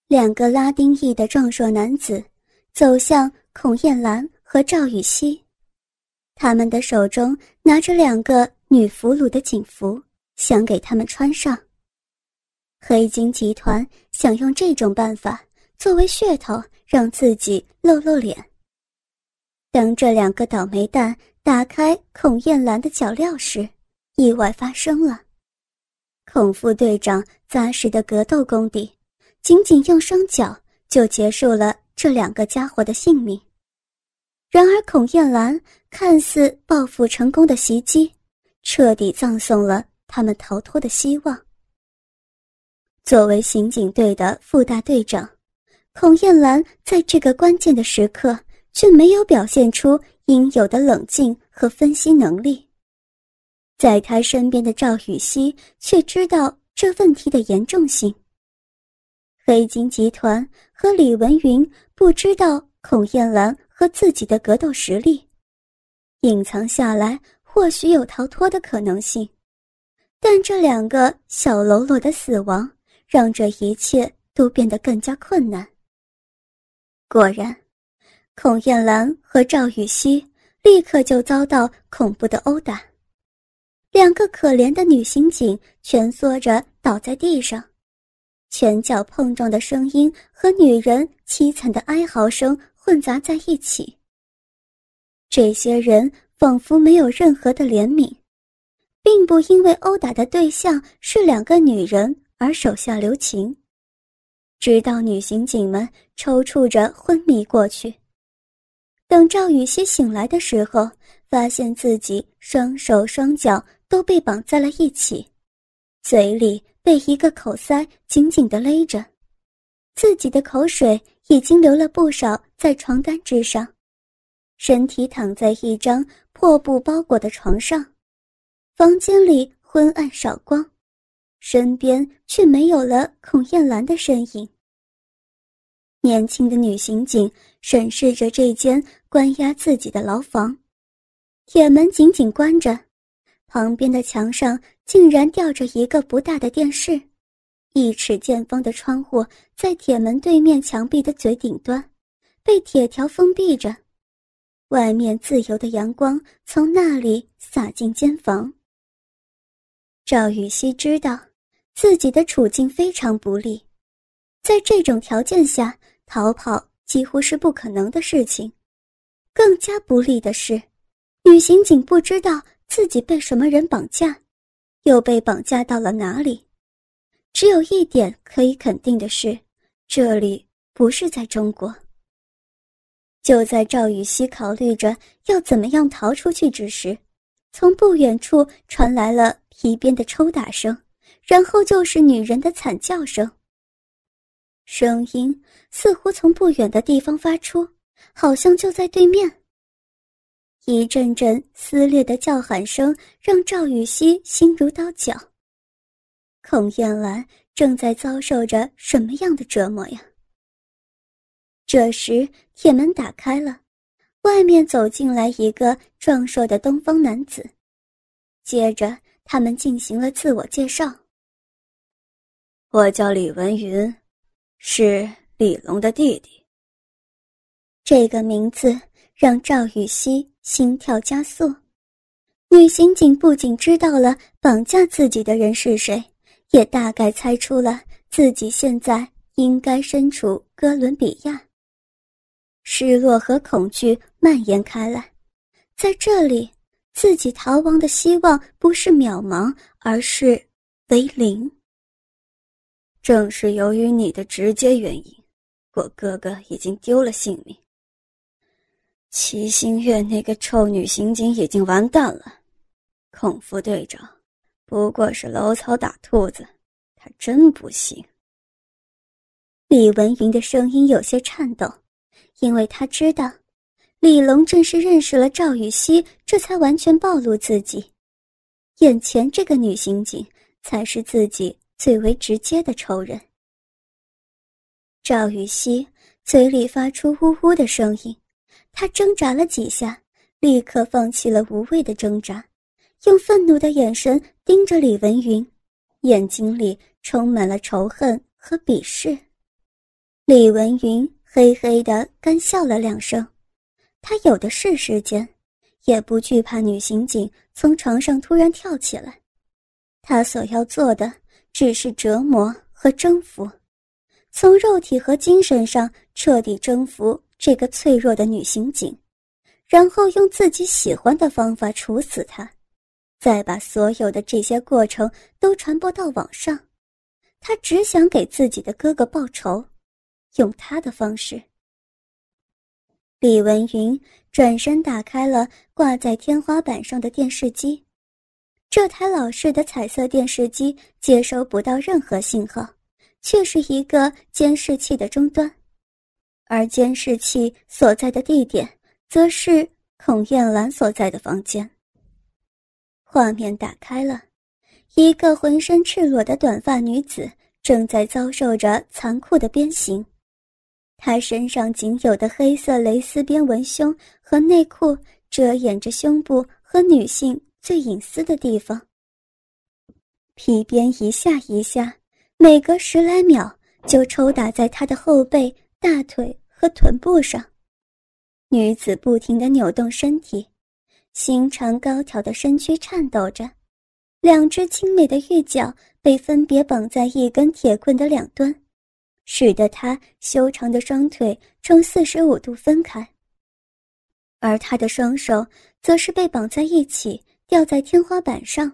两个拉丁裔的壮硕男子走向孔燕兰和赵雨熙，他们的手中拿着两个女俘虏的警服，想给他们穿上。黑金集团想用这种办法作为噱头，让自己露露脸。当这两个倒霉蛋打开孔燕兰的脚镣时，意外发生了。孔副队长扎实的格斗功底，仅仅用双脚就结束了这两个家伙的性命。然而孔燕兰看似报复成功的袭击，彻底葬送了他们逃脱的希望。作为刑警队的副大队长，孔燕兰在这个关键的时刻却没有表现出应有的冷静和分析能力。在他身边的赵雨熙却知道这问题的严重性。黑金集团和李文云不知道孔燕兰和自己的格斗实力，隐藏下来或许有逃脱的可能性，但这两个小喽啰的死亡让这一切都变得更加困难。果然，孔燕兰和赵雨熙立刻就遭到恐怖的殴打，两个可怜的女刑警蜷缩着倒在地上，拳脚碰撞的声音和女人凄惨的哀嚎声混杂在一起。这些人仿佛没有任何的怜悯，并不因为殴打的对象是两个女人而手下留情，直到女刑警们抽搐着昏迷过去。等赵雨熙醒来的时候，发现自己双手双脚都被绑在了一起，嘴里被一个口塞紧紧地勒着，自己的口水已经流了不少在床单之上，身体躺在一张破布包裹的床上，房间里昏暗少光，身边却没有了孔燕兰的身影。年轻的女刑警审视着这间关押自己的牢房，铁门紧紧关着，旁边的墙上竟然吊着一个不大的电视，1尺见方的窗户在铁门对面墙壁的最顶端，被铁条封闭着，外面自由的阳光从那里洒进间房。赵雨熙知道自己的处境非常不利，在这种条件下逃跑几乎是不可能的事情。更加不利的是，女刑警不知道自己被什么人绑架，又被绑架到了哪里。只有一点可以肯定的是，这里不是在中国。就在赵雨熙考虑着要怎么样逃出去之时，从不远处传来了皮鞭的抽打声，然后就是女人的惨叫声。声音似乎从不远的地方发出，好像就在对面。一阵阵撕裂的叫喊声让赵雨熙心如刀绞。孔燕兰正在遭受着什么样的折磨呀？这时铁门打开了，外面走进来一个壮硕的东方男子，接着他们进行了自我介绍。 我叫李文云，是李龙的弟弟。 这个名字让赵雨熙心跳加速。女刑警不仅知道了绑架自己的人是谁，也大概猜出了自己现在应该身处哥伦比亚。失落和恐惧蔓延开来，在这里，自己逃亡的希望不是渺茫，而是为零。 正是由于你的直接原因，我哥哥已经丢了性命。齐星月那个臭女刑警已经完蛋了，孔副队长不过是搂草打兔子，他真不行。 李文云的声音有些颤抖，因为他知道李龙正是认识了赵雨熙，这才完全暴露自己。眼前这个女刑警才是自己最为直接的仇人。赵雨熙嘴里发出呜呜的声音，她挣扎了几下，立刻放弃了无谓的挣扎，用愤怒的眼神盯着李文云，眼睛里充满了仇恨和鄙视。 李文云嘿嘿地干笑了2声，他有的是时间，也不惧怕女刑警从床上突然跳起来。他所要做的只是折磨和征服，从肉体和精神上彻底征服这个脆弱的女刑警，然后用自己喜欢的方法处死她，再把所有的这些过程都传播到网上。他只想给自己的哥哥报仇，用他的方式。李文云转身打开了挂在天花板上的电视机，这台老式的彩色电视机接收不到任何信号，却是一个监视器的终端，而监视器所在的地点则是孔燕兰所在的房间。画面打开了，一个浑身赤裸的短发女子正在遭受着残酷的鞭刑，她身上仅有的黑色蕾丝边文胸和内裤遮掩着胸部和女性最隐私的地方，皮鞭一下一下，每隔10来秒就抽打在她的后背、大腿和臀部上。女子不停地扭动身体，修长高挑的身躯颤抖着，2只精美的玉脚被分别绑在一根铁棍的两端，使得她修长的双腿呈45度分开，而她的双手则是被绑在一起吊在天花板上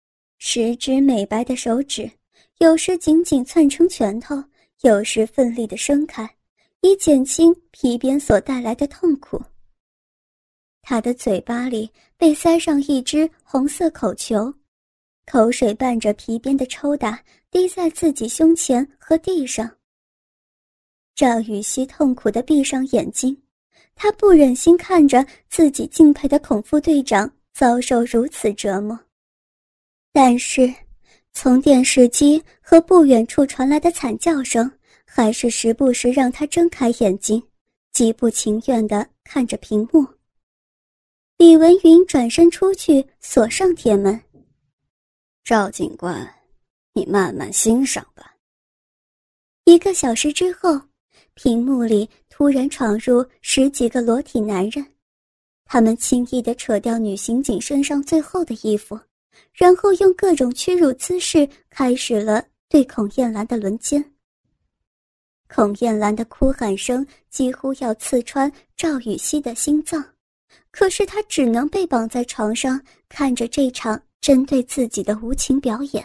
，10只美白的手指有时紧紧攥成拳头，有时奋力地伸开，以减轻皮鞭所带来的痛苦。她的嘴巴里被塞上一只红色口球，口水伴着皮鞭的抽打滴在自己胸前和地上。赵雨熙痛苦地闭上眼睛，她不忍心看着自己敬佩的孔副队长遭受如此折磨。但是从电视机和不远处传来的惨叫声，还是时不时让她睁开眼睛，极不情愿地看着屏幕。李文云转身出去，锁上铁门。 赵警官，你慢慢欣赏吧。 1个小时之后，屏幕里突然闯入10几个裸体男人，他们轻易地扯掉女刑警身上最后的衣服，然后用各种屈辱姿势开始了对孔燕兰的轮奸。孔燕兰的哭喊声几乎要刺穿赵雨熙的心脏，可是她只能被绑在床上，看着这场针对自己的无情表演。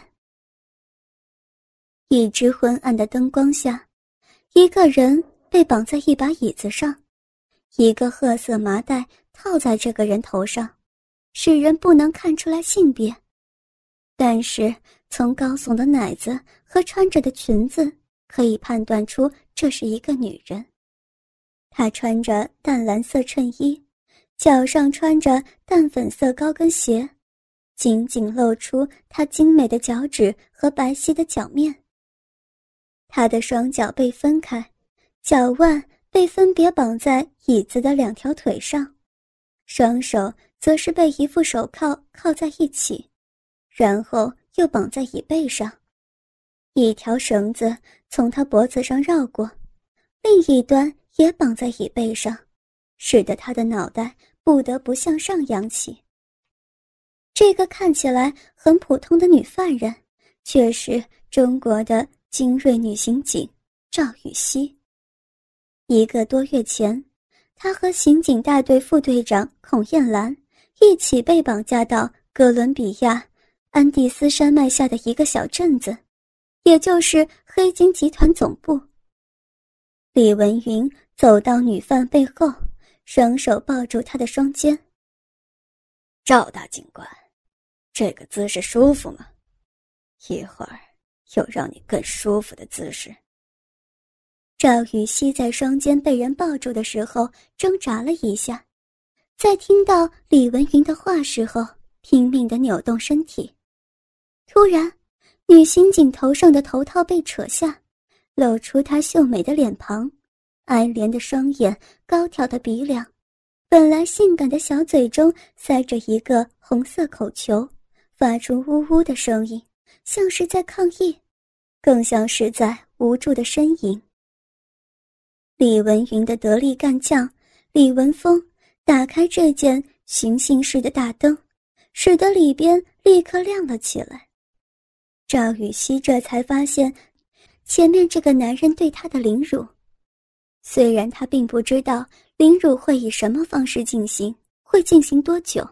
一只昏暗的灯光下，一个人被绑在一把椅子上，一个褐色麻袋套在这个人头上，使人不能看出来性别，但是从高耸的奶子和穿着的裙子可以判断出这是一个女人。她穿着淡蓝色衬衣，脚上穿着淡粉色高跟鞋，紧紧露出她精美的脚趾和白皙的脚面。她的双脚被分开，脚腕被分别绑在椅子的2条腿上，双手则是被一副手铐铐在一起，然后又绑在椅背上。一条绳子从她脖子上绕过，另一端也绑在椅背上，使得她的脑袋不得不向上扬起。这个看起来很普通的女犯人，却是中国的精锐女刑警赵雨熙。1个多月前，她和刑警大队副队长孔燕兰一起被绑架到哥伦比亚安第斯山脉下的一个小镇子，也就是黑金集团总部。李文云走到女犯背后，双手抱住她的双肩。 赵大警官，这个姿势舒服吗？一会儿有让你更舒服的姿势。 赵雨熙在双肩被人抱住的时候挣扎了一下，在听到李文云的话时候拼命地扭动身体。突然，女刑警头上的头套被扯下，露出她秀美的脸庞，哀怜的双眼，高挑的鼻梁，本来性感的小嘴中塞着一个红色口球，发出呜呜的声音，像是在抗议，更像是在无助的呻吟。 李文云的得力干将李文峰打开这件寻衅式的大灯，使得里边立刻亮了起来。赵雨熙这才发现前面这个男人对她的凌辱，虽然他并不知道凌辱会以什么方式进行，会进行多久。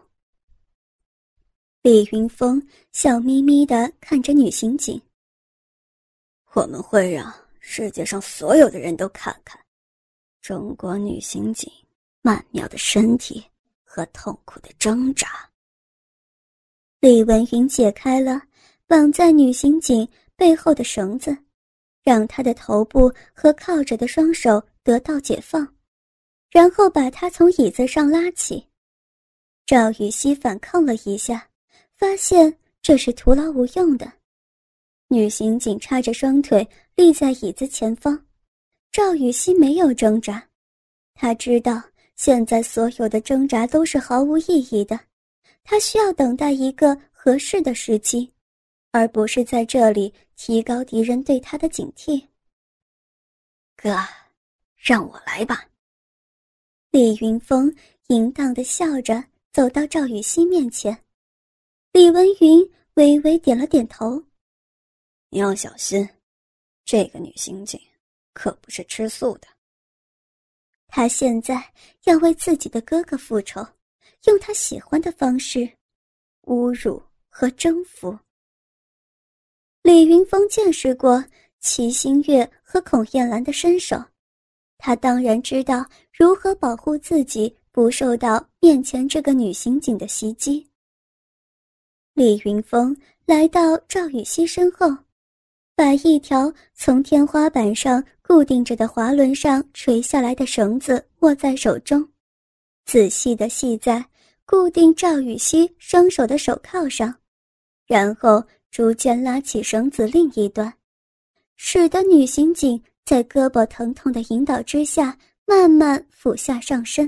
李云峰笑眯眯地看着女刑警， 我们会让世界上所有的人都看看中国女刑警曼妙的身体和痛苦的挣扎。 李文云解开了绑在女刑警背后的绳子，让她的头部和靠着的双手得到解放，然后把她从椅子上拉起。赵雨熙反抗了一下，发现这是徒劳无用的。女刑警叉着双腿立在椅子前方，赵雨熙没有挣扎，她知道现在所有的挣扎都是毫无意义的，她需要等待一个合适的时机，而不是在这里提高敌人对她的警惕。 哥，让我来吧。 李云峰淫荡地笑着走到赵雨熙面前，李文云微微点了点头。 你要小心，这个女刑警可不是吃素的。 她现在要为自己的哥哥复仇，用她喜欢的方式侮辱和征服。李云峰见识过齐星月和孔燕兰的身手，他当然知道如何保护自己不受到面前这个女刑警的袭击。李云峰来到赵雨熙身后，把一条从天花板上固定着的滑轮上垂下来的绳子握在手中，仔细地系在固定赵雨熙双手的手铐上，然后逐渐拉起绳子另一端，使得女刑警在胳膊疼痛的引导之下慢慢俯下上身。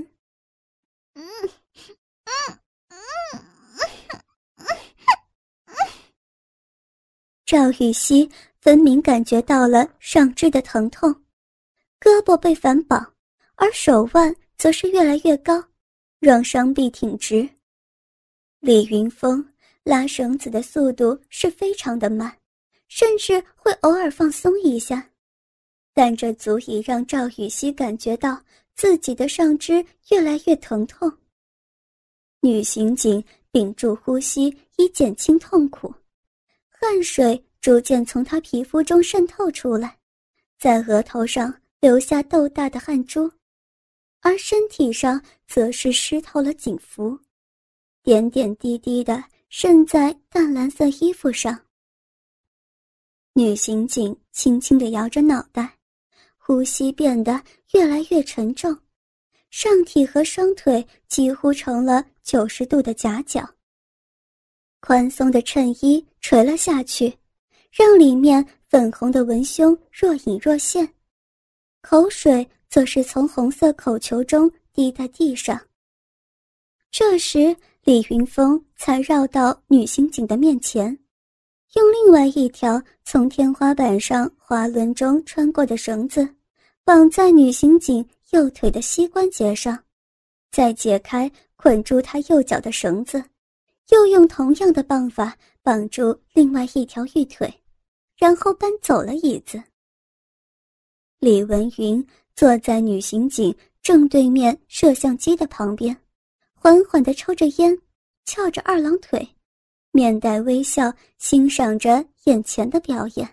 赵雨熙分明感觉到了上肢的疼痛，胳膊被反绑，而手腕则是越来越高，让双臂挺直。李云峰拉绳子的速度是非常的慢，甚至会偶尔放松一下，但这足以让赵雨熙感觉到自己的上肢越来越疼痛。女刑警屏住呼吸以减轻痛苦，汗水逐渐从她皮肤中渗透出来，在额头上留下豆大的汗珠，而身体上则是湿透了警服，点点滴滴地渗在淡蓝色衣服上。女刑警轻轻地摇着脑袋，呼吸变得越来越沉重，上体和双腿几乎成了90度的夹角。宽松的衬衣垂了下去，让里面粉红的文胸若隐若现，口水则是从红色口球中滴在地上。这时李云峰才绕到女刑警的面前，用另外一条从天花板上滑轮中穿过的绳子绑在女刑警右腿的膝关节上，再解开捆住她右脚的绳子，又用同样的办法绑住另外一条玉腿，然后搬走了椅子。李文云坐在女刑警正对面摄像机的旁边，缓缓地抽着烟，翘着二郎腿，面带微笑欣赏着眼前的表演。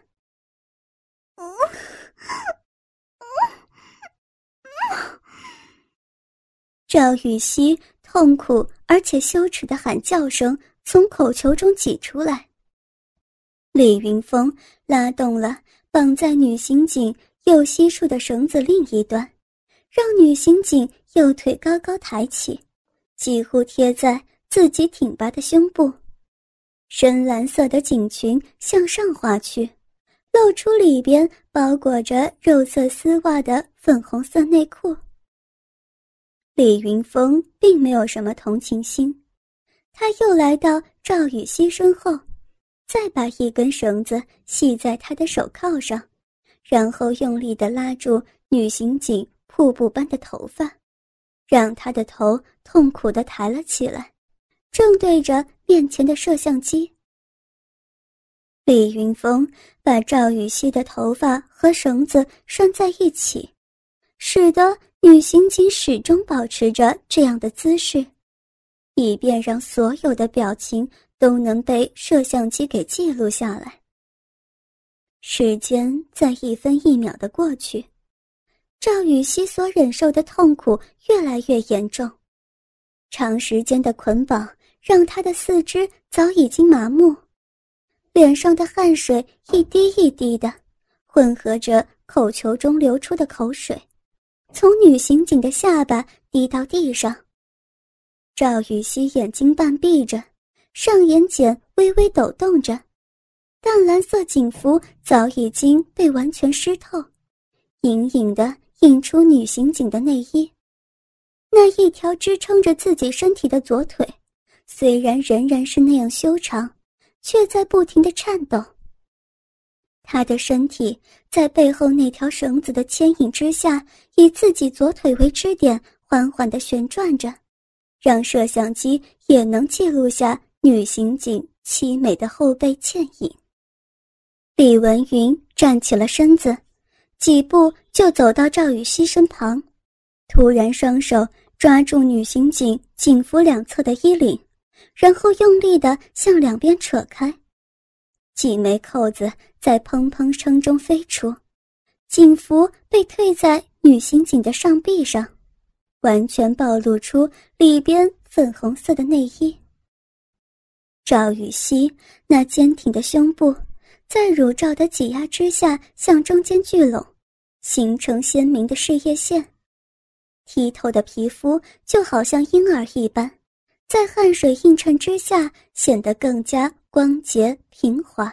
赵雨熙痛苦而且羞耻的喊叫声从口球中挤出来。李云峰拉动了绑在女刑警右膝处的绳子另一端，让女刑警右腿高高抬起，几乎贴在自己挺拔的胸部。深蓝色的警裙向上滑去，露出里边包裹着肉色丝袜的粉红色内裤。李云峰并没有什么同情心，他又来到赵雨熙身后，再把一根绳子系在她的手铐上，然后用力地拉住女刑警瀑布般的头发，让他的头痛苦地抬了起来，正对着面前的摄像机。李云峰把赵雨熙的头发和绳子拴在一起，使得女刑警始终保持着这样的姿势，以便让所有的表情都能被摄像机给记录下来。时间在一分一秒地过去，赵雨熙所忍受的痛苦越来越严重，长时间的捆绑让她的四肢早已经麻木，脸上的汗水一滴一滴的混合着口球中流出的口水，从女刑警的下巴滴到地上。赵雨熙眼睛半闭着，上眼睑微微抖动着，淡蓝色警服早已经被完全湿透，隐隐地映出女刑警的内衣。那一条支撑着自己身体的左腿，虽然仍然是那样修长，却在不停地颤抖。她的身体在背后那条绳子的牵引之下，以自己左腿为支点，缓缓地旋转着，让摄像机也能记录下女刑警凄美的后背倩影。李文云站起了身子，几步就走到赵雨熙身旁，突然双手抓住女刑警警服两侧的衣领，然后用力地向两边扯开，几枚扣子在砰砰声中飞出，警服被退在女刑警的上臂上，完全暴露出里边粉红色的内衣。赵雨熙那坚挺的胸部在乳罩的挤压之下向中间聚拢，形成鲜明的事业线，剔透的皮肤就好像婴儿一般，在汗水映衬之下显得更加光洁平滑。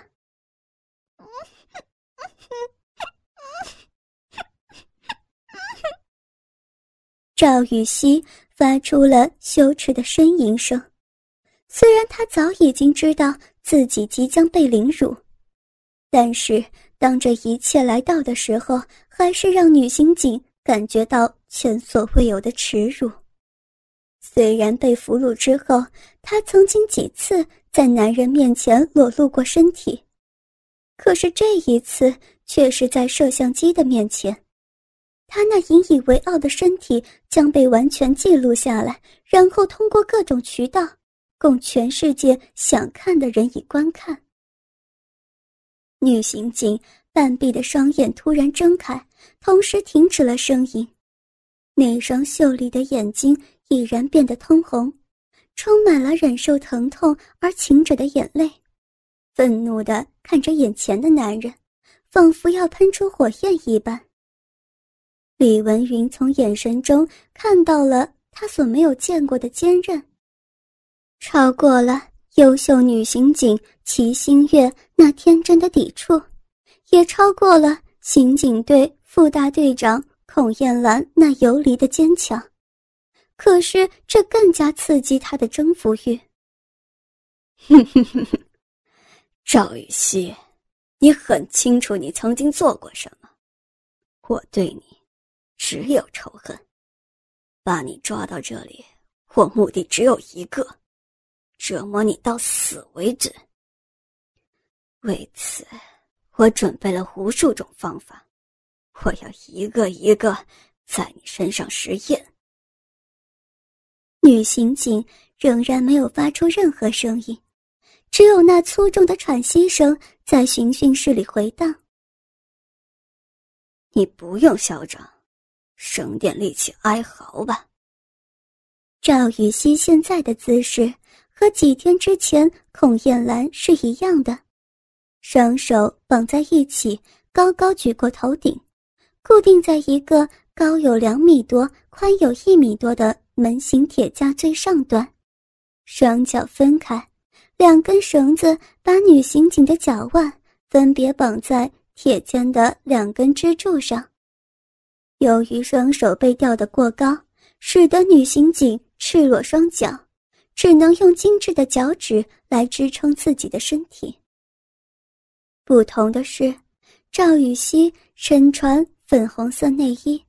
赵雨熙发出了羞耻的呻吟声，虽然他早已经知道自己即将被凌辱，但是当这一切来到的时候，还是让女刑警感觉到前所未有的耻辱。虽然被俘虏之后，她曾经几次在男人面前裸露过身体，可是这一次却是在摄像机的面前，她那引以为傲的身体将被完全记录下来，然后通过各种渠道供全世界想看的人以观看。女刑警半闭的双眼突然睁开，同时停止了声音，那双秀丽的眼睛已然变得通红，充满了忍受疼痛而噙着的眼泪，愤怒地看着眼前的男人，仿佛要喷出火焰一般。李文云从眼神中看到了他所没有见过的坚韧，超过了优秀女刑警齐星月那天真的抵触，也超过了刑警队副大队长孔燕兰那游离的坚强。可是这更加刺激他的征服欲。 赵雨熙，你很清楚你曾经做过什么，我对你只有仇恨，把你抓到这里，我目的只有一个，折磨你到死为止。为此，我准备了无数种方法，我要一个一个在你身上实验。 女刑警仍然没有发出任何声音，只有那粗重的喘息声在刑讯室里回荡。 你不用嚣张，省点力气哀嚎吧。 赵雨熙现在的姿势和几天之前孔燕兰是一样的，双手绑在一起，高高举过头顶，固定在一个高有2米多、宽有1米多的门形铁架最上端，双脚分开，2根绳子把女刑警的脚腕分别绑在铁间的2根支柱上。由于双手被吊得过高，使得女刑警赤裸双脚，只能用精致的脚趾来支撑自己的身体。不同的是，赵雨熙身穿粉红色内衣，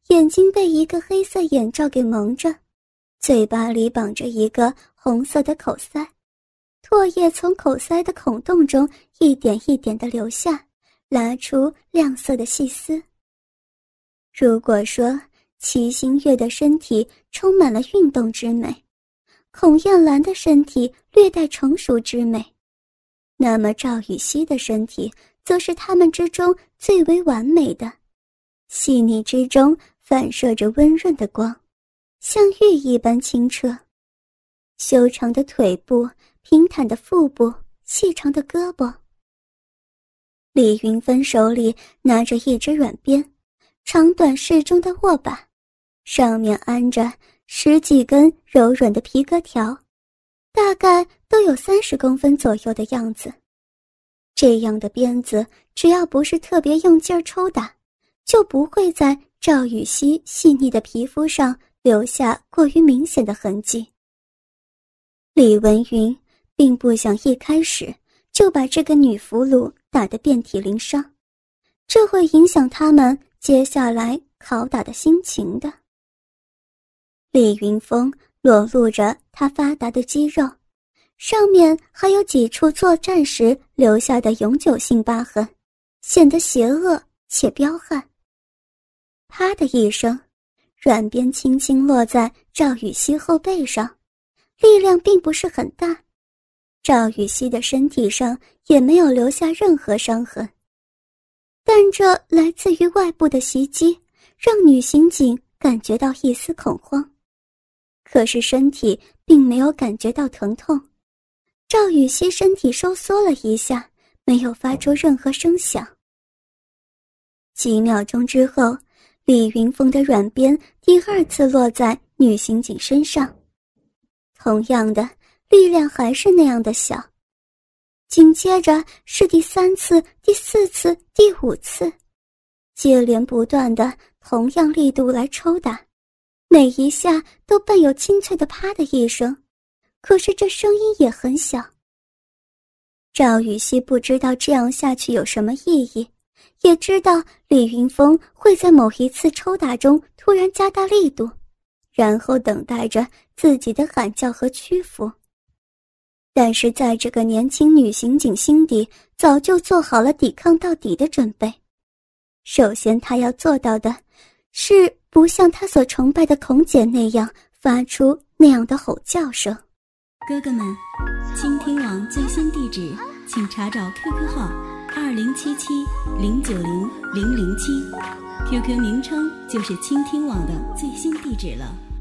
眼睛被一个黑色眼罩给蒙着，嘴巴里绑着一个红色的口塞，唾液从口塞的孔洞中一点一点地流下，拉出亮色的细丝。如果说齐星月的身体充满了运动之美，孔燕兰的身体略带成熟之美，那么赵雨熙的身体则是他们之中最为完美的，细腻之中反射着温润的光，像玉一般清澈。修长的腿部，平坦的腹部，细长的胳膊。李云芬手里拿着一只软鞭，长短适中的握把，上面安着10几根柔软的皮革条，大概都有30公分左右的样子。这样的鞭子只要不是特别用劲儿抽打，就不会在赵雨熙细腻的皮肤上留下过于明显的痕迹。李文云并不想一开始就把这个女俘虏打得遍体鳞伤，这会影响他们接下来拷打的心情的。李云峰裸露着他发达的肌肉，上面还有几处作战时留下的永久性疤痕，显得邪恶且彪悍。啪的一声，软鞭轻轻落在赵雨熙后背上，力量并不是很大，赵雨熙的身体上也没有留下任何伤痕。但这来自于外部的袭击，让女刑警感觉到一丝恐慌。可是身体并没有感觉到疼痛，赵雨熙身体收缩了一下，没有发出任何声响。几秒钟之后，李云峰的软鞭第2次落在女刑警身上，同样的力量还是那样的小。紧接着是第3次、第4次、第5次，接连不断的同样力度来抽打，每一下都伴有清脆的啪的一声，可是这声音也很小。赵雨熙不知道这样下去有什么意义，也知道李云峰会在某一次抽打中突然加大力度，然后等待着自己的喊叫和屈服。但是在这个年轻女刑警心底早就做好了抵抗到底的准备。首先她要做到的是不像她所崇拜的孔姐那样发出那样的吼叫声。 哥哥们，倾听网最新地址请查找 QQ 号2077090007，QQ 名称就是倾听网的最新地址了。